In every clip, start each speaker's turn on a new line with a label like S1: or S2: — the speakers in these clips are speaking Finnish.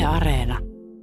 S1: Areena.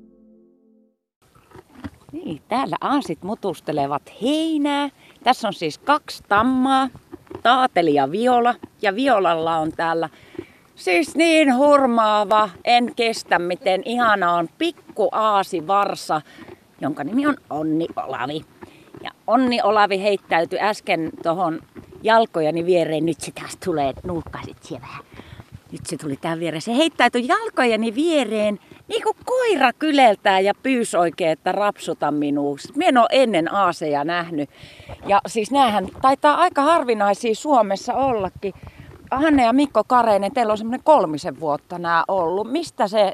S2: Niin, täällä aasit mutustelevat heinää. Tässä on siis 2 tammaa, Taateli ja Viola. Ja Violalla on täällä siis niin hurmaava, en kestä miten ihana on pikku aasivarsa, jonka nimi on Onni Olavi. Ja Onni Olavi heittäytyi äsken tohon jalkojeni viereen. Nyt se taas tulee, että nuukkaisit siellä vähän. Nyt se tuli tähän viereen. Se heittäytyi jalkojeni viereen niin kuin koira kyleltää ja pyysi oikein, että rapsuta minua. Minä en ole ennen aaseja nähnyt. Ja siis näähän taitaa aika harvinaisia Suomessa ollakin. Hanne ja Mikko Kareinen, teillä on semmoinen 3 vuotta nämä ollut. Mistä se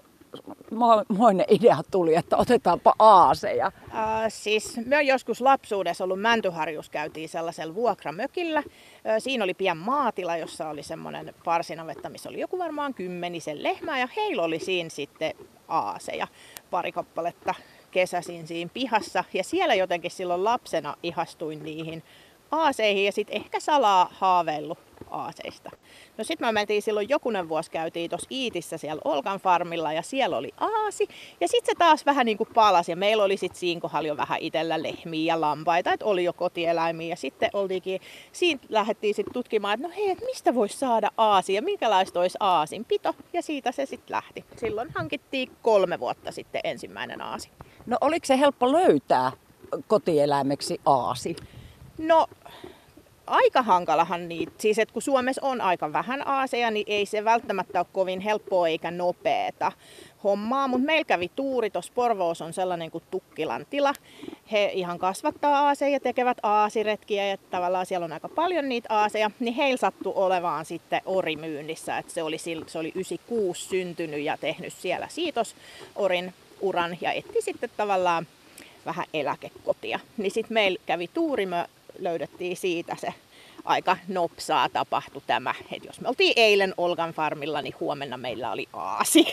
S2: moinen idea tuli, että otetaanpa aaseja?
S3: Siis me on joskus lapsuudessa ollut Mäntyharjussa, käytiin sellaisella vuokramökillä. Siinä oli pian maatila, jossa oli semmoinen parsinavetta, missä oli joku varmaan 10 lehmää ja heillä oli siinä sitten aaseja, 2 kappaletta kesäsin siinä pihassa. Ja siellä jotenkin silloin lapsena ihastuin niihin aaseihin ja sitten ehkä salaa haaveillut aaseista. No sitten me mentiin silloin jokunen vuosi, käytiin tuossa Iitissä siellä Olkan farmilla ja siellä oli aasi. Ja sitten se taas vähän niin kuin palasi ja meillä oli sitten siinä kohdalla jo vähän itsellä lehmiä ja lampaita, että oli jo kotieläimiä. Ja sitten siitä lähdettiin sitten tutkimaan, että no hei, että mistä voisi saada aasi ja minkälaista olisi aasinpito. Ja siitä se sitten lähti. Silloin hankittiin 3 vuotta sitten ensimmäinen aasi.
S2: No oliko se helppo löytää kotieläimeksi aasi?
S3: No aika hankalahan niitä, siis että kun Suomessa on aika vähän aaseja, niin ei se välttämättä ole kovin helppoa eikä nopeeta hommaa, mutta meillä kävi tuuri, tuossa Porvoossa on sellainen kuin Tukkilan tila. He ihan kasvattaa aaseja, tekevät aasiretkiä ja tavallaan siellä on aika paljon niitä aaseja, niin heillä sattui olevaan sitten orimyynnissä, että se oli 96 syntynyt ja tehnyt siellä siitosorin uran ja etti sitten tavallaan vähän eläkekotia. Niin sitten meillä kävi tuuri, me löydettiin siitä se aika nopsaa tapahtui tämä. Et jos me oltiin eilen Olkan farmilla, niin huomenna meillä oli aasi.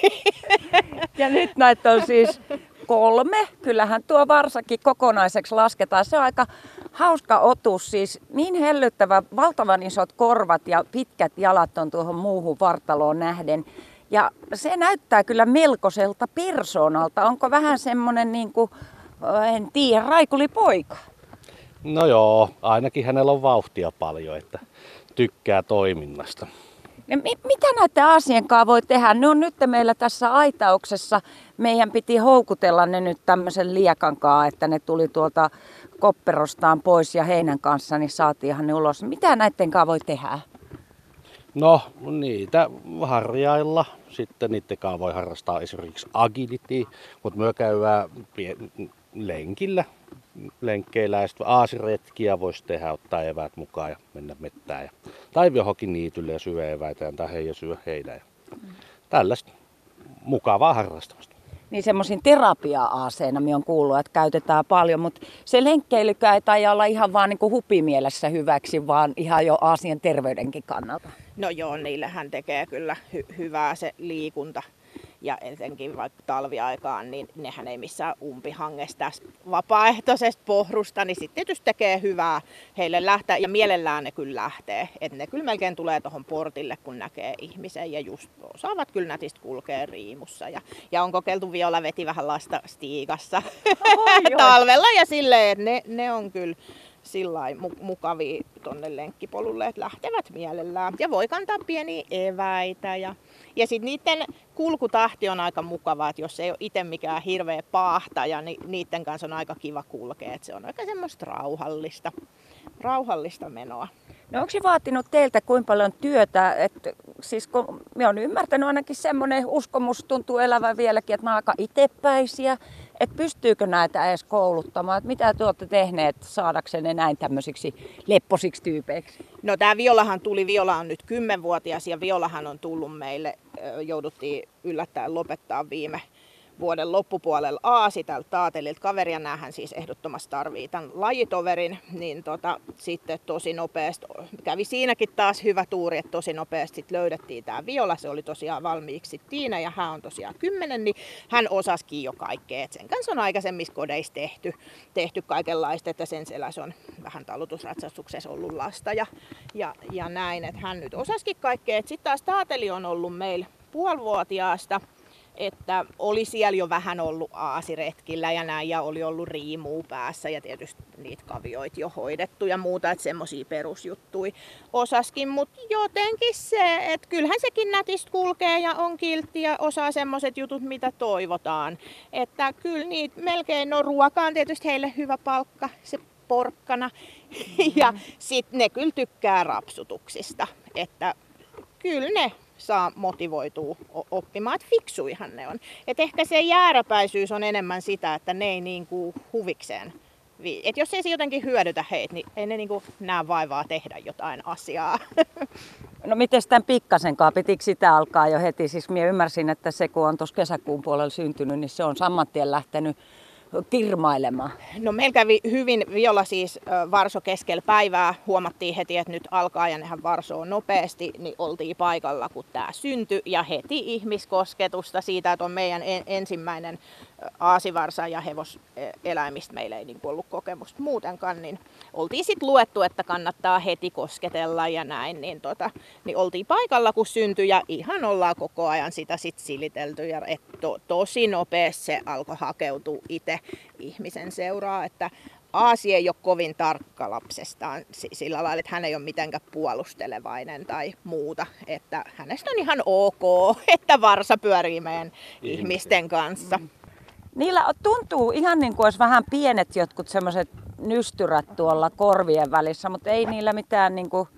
S2: Ja nyt näitä on siis 3. Kyllähän tuo varsakin kokonaiseksi lasketaan. Se on aika hauska otus. Siis niin hellyttävä, valtavan isot korvat ja pitkät jalat on tuohon muuhun vartaloon nähden. Ja se näyttää kyllä melkoiselta persoonalta. Onko vähän semmoinen niin kuin, en tiedä, raikulipoika?
S4: No joo, ainakin hänellä on vauhtia paljon, että tykkää toiminnasta.
S2: Mitä näiden aasien kanssa voi tehdä? Ne on nyt meillä tässä aitauksessa. Meidän piti houkutella ne nyt tämmöisen liekan kanssa, että ne tuli tuolta kopperostaan pois ja heinän kanssa, niin saatiinhan ne ulos. Mitä näiden kanssa voi tehdä?
S4: No niitä harjailla, sitten niiden kanssa voi harrastaa esimerkiksi agility, mutta me käydään lenkillä. Lenkkeillä ja sitten aasiretkiä voisi tehdä, ottaa eväät mukaan ja mennä mettään. Tai johonkin niitylle ja syödä eväitä tai heidän syö heinää. Tällaista mukavaa harrastamista.
S2: Niin semmoisiin terapia-aaseina minä olen kuullut, että käytetään paljon, mutta se lenkkeilykään ei taida olla ihan vaan niin kuin hupimielessä hyväksi, vaan ihan jo aasien terveydenkin kannalta.
S3: No joo, niillähän tekee kyllä hyvää se liikunta. Ja etenkin vaikka talviaikaan, niin nehän ei missään umpihangessa tästä vapaaehtoisesta pohrusta, niin sitten tietysti tekee hyvää heille lähteä. Ja mielellään ne kyllä lähtee. Että ne kyllä melkein tulee tuohon portille, kun näkee ihmisen ja just osaavat kyllä nätistä kulkea riimussa. Ja on kokeiltu, Viola veti vähän lasta stiikassa talvella ja silleen, että ne on kyllä sillain mukavia tonne lenkkipolulle, että lähtevät mielellään. Ja voi kantaa pieniä eväitä ja sitten niiden kulkutahti on aika mukava, että jos ei ole itse mikään hirveä paahtaja, niin niiden kanssa on aika kiva kulkea. Että se on aika semmoista rauhallista menoa.
S2: No onko se vaatinut teiltä kuinka paljon työtä? Että, siis kun minä olen ymmärtänyt ainakin semmoinen uskomus tuntuu elävän vieläkin, että nämä on aika itsepäisiä. Että pystyykö näitä edes kouluttamaan? Että mitä te olette tehneet saadaksenne ne näin tämmöisiksi lepposiksi tyypeiksi?
S3: No tämä Viola on nyt 10-vuotias ja Violahan on tullut meille, jouduttiin yllättäen lopettaa viime vuoden loppupuolella aasi tältä Taatelilta. Kaveria näähän siis ehdottomasti tarvii tämän lajitoverin, niin sitten tosi nopeasti kävi siinäkin taas hyvä tuuri, että tosi nopeasti sit löydettiin tämä Viola. Se oli tosiaan valmiiksi Tiina ja hän on tosiaan 10, niin hän osasikin jo kaikkea. Et sen kanssa on aikaisemmissa kodeissa tehty kaikenlaista, että sen selässä on vähän talutusratsastuksessa ollut lasta ja näin, että hän nyt osasikin kaikkea. Sitten taas Taateli on ollut meillä puolivuotiaasta että oli siellä jo vähän ollut aasiretkillä ja näin, ja oli ollut riimuu päässä ja tietysti niitä kavioita jo hoidettu ja muuta, että semmosia perusjuttui osaskin, mutta jotenkin se, että kyllähän sekin nätistä kulkee ja on kiltti ja osaa semmoiset jutut, mitä toivotaan. Että kyllä niitä melkein, no ruoka on tietysti heille hyvä palkka, se porkkana, ja sitten ne kyllä tykkää rapsutuksista, että kyllä ne saa motivoitua oppimaan, että fiksuihan ne on. Et ehkä se jääräpäisyys on enemmän sitä, että ne ei niinku huvikseen. Et jos ei se jotenkin hyödytä heitä, niin ei ne niinku näe vaivaa tehdä jotain asiaa.
S2: No miten tämän pikkasenkaan, pitikö sitä alkaa jo heti? Siis minä ymmärsin, että se kun on tuossa kesäkuun puolella syntynyt, niin se on saman tien lähtenyt kirmailemaan.
S3: No meillä kävi hyvin. Viola siis varso keskellä päivää. Huomattiin heti, että nyt alkaa ja nehän varsoo nopeasti. Niin oltiin paikalla, kun tämä syntyi. Ja heti ihmiskosketusta siitä, että on meidän ensimmäinen aasivarsa ja hevoseläimistä. Meillä ei niin ollut kokemusta muutenkaan. Niin oltiin sitten luettu, että kannattaa heti kosketella ja näin. Niin oltiin paikalla, kun syntyi ja ihan ollaan koko ajan sitä sitten silitelty. Ja tosi nopeasti se alkoi hakeutua itse ihmisen seuraa, että Aasi ei ole kovin tarkka lapsestaan sillä lailla, että hän ei ole mitenkään puolustelevainen tai muuta, että hänestä on ihan ok, että varsa pyörii meidän ihmisten kanssa.
S2: Niillä tuntuu ihan niin kuin olisi vähän pienet jotkut semmoiset nystyrät tuolla korvien välissä, mutta ei niillä mitään niin kuin...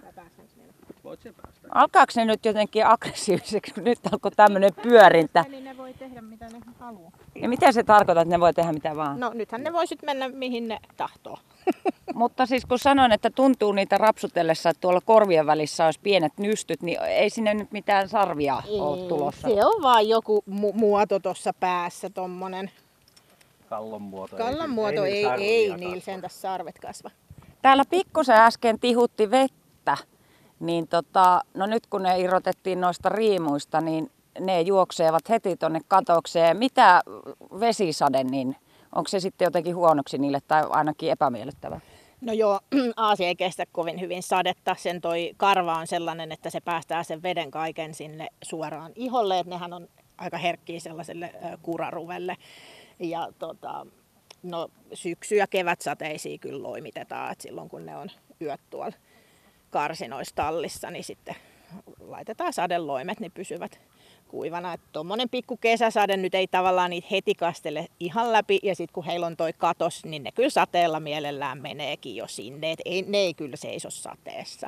S2: Alkaako ne nyt jotenkin aggressiiviseksi, kun nyt alkoi tämmöinen pyörintä?
S3: Niin ne voi tehdä mitä ne haluaa.
S2: Ja mitä se tarkoittaa, että ne voi tehdä mitä vaan?
S3: No nythän ne voi sitten mennä mihin ne tahtoo.
S2: Mutta siis kun sanoin, että tuntuu niitä rapsutellessa, että tuolla korvien välissä olisi pienet nystyt, niin ei sinne nyt mitään sarvia ole tulossa.
S3: Se on vaan joku muoto tuossa päässä, tommonen.
S4: Kallon muoto.
S3: Ei niillä sentäs sarvet kasva.
S2: Täällä pikkusen äsken tihutti vettä, niin no nyt kun ne irrotettiin noista riimuista, niin ne juoksevat heti tuonne katokseen. Mitä vesisade, niin onko se sitten jotenkin huonoksi niille tai ainakin epämiellyttävä?
S3: No joo, Aasi ei kestä kovin hyvin sadetta. Sen toi karva on sellainen, että se päästää sen veden kaiken sinne suoraan iholle. Et nehän on aika herkkiä sellaiselle kuraruvelle. Ja no, syksy- ja kevätsateisiin kyllä loimitetaan. Et silloin kun ne on yöt tuolla karsinoissa tallissa, niin sitten laitetaan sadeloimet, niin pysyvät kuivana. Tuommoinen pikku kesäsade nyt ei tavallaan niitä heti kastele ihan läpi, ja sitten kun heillä on toi katos, niin ne kyllä sateella mielellään meneekin jo sinne. Ne ei kyllä seiso sateessa.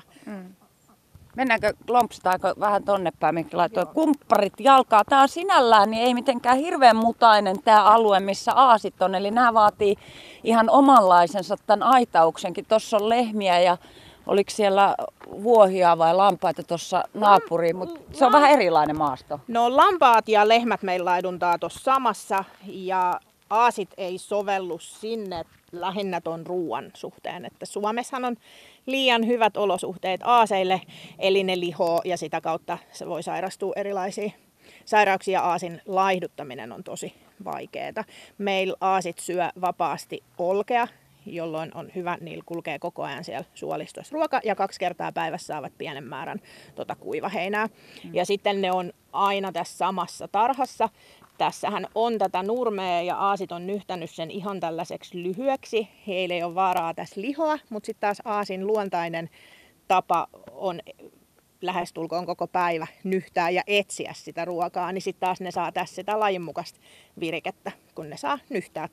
S2: Mennäänkö lompsitaanko vähän tonne päin, minkä laitoi kumpparit jalkaa. Tämä on sinällään niin ei mitenkään hirveän mutainen tämä alue, missä aasit on. Eli nämä vaatii ihan omanlaisensa tämän aitauksenkin. Tuossa on lehmiä ja oliko siellä vuohia vai lampaita tuossa naapuriin, mutta se on vähän erilainen maasto.
S3: No lampaat ja lehmät meillä laiduntaa tuossa samassa ja aasit ei sovellu sinne lähinnä ton ruoan suhteen. Että Suomessahan on liian hyvät olosuhteet aaseille, eli ne lihoo ja sitä kautta se voi sairastua erilaisiin sairauksia. Aasin laihduttaminen on tosi vaikeaa. Meillä aasit syö vapaasti olkea, jolloin on hyvä, niillä kulkee koko ajan siellä suolistossa ruoka ja 2 kertaa päivässä saavat pienen määrän kuivaheinää. Ja sitten ne on aina tässä samassa tarhassa. Tässähän on tätä nurmea ja aasit on nyhtänyt sen ihan tällaiseksi lyhyeksi. Heillä ei ole vaaraa tässä lihoa, mutta sitten taas aasin luontainen tapa on lähestulkoon koko päivä nyhtää ja etsiä sitä ruokaa, niin sitten taas ne saa tässä sitä lajinmukaista virikettä, kun ne saa nyhtää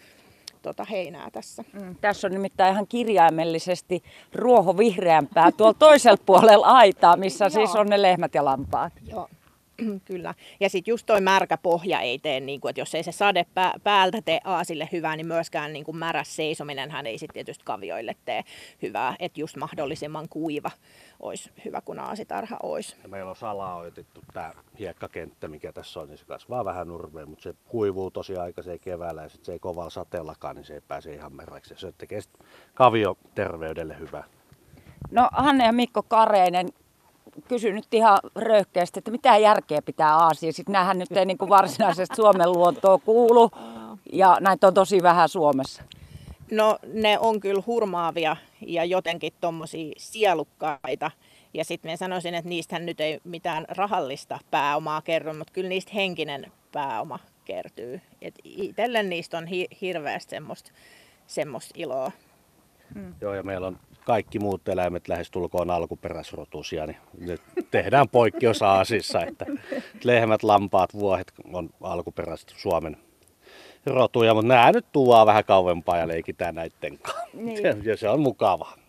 S3: tuota heinää tässä.
S2: Tässä on nimittäin ihan kirjaimellisesti ruohovihreämpää tuolla toisella puolella aitaa, missä siis on ne lehmät ja lampaat.
S3: Joo. Kyllä. Ja sitten just toi märkä pohja ei tee, niin kuin, että jos ei se sade päältä tee aasille hyvää, niin myöskään niin kuin märäs seisominenhan ei sitten tietysti kavioille tee hyvää. Että just mahdollisimman kuiva olisi hyvä, kun aasitarha olisi.
S4: Ja meillä on salaoitettu tämä hiekkakenttä, mikä tässä on, niin se kasvaa vähän nurmeen, mutta se kuivuu tosi aikaiseen keväällä ja sitten se ei kovalla sateellakaan, niin se ei pääse ihan meräksi. Se tekee kavioterveydelle hyvää.
S2: No Hanne ja Mikko Kareinen, kysyn nyt ihan röyhkeästi, että mitä järkeä pitää aasia. Sitten näähän nyt ei niin kuin varsinaisesti Suomen luontoon kuulu ja näitä on tosi vähän Suomessa.
S3: No ne on kyllä hurmaavia ja jotenkin tommosia sielukkaita. Ja sitten mä sanoisin, että niistähän nyt ei mitään rahallista pääomaa kerro, mutta kyllä niistä henkinen pääoma kertyy. Et itselle niistä on hirveästi semmoista iloa.
S4: Joo, ja meillä on kaikki muut eläimet lähestulkoon alkuperäisrotuisia, niin nyt tehdään poikkeus Aasissa, että lehmät, lampaat, vuohet on alkuperäiset Suomen rotuja, mutta nämä nyt tuodaan vähän kauempaa ja leikitään näitten kanssa.
S2: Niin.
S4: Ja se on mukavaa.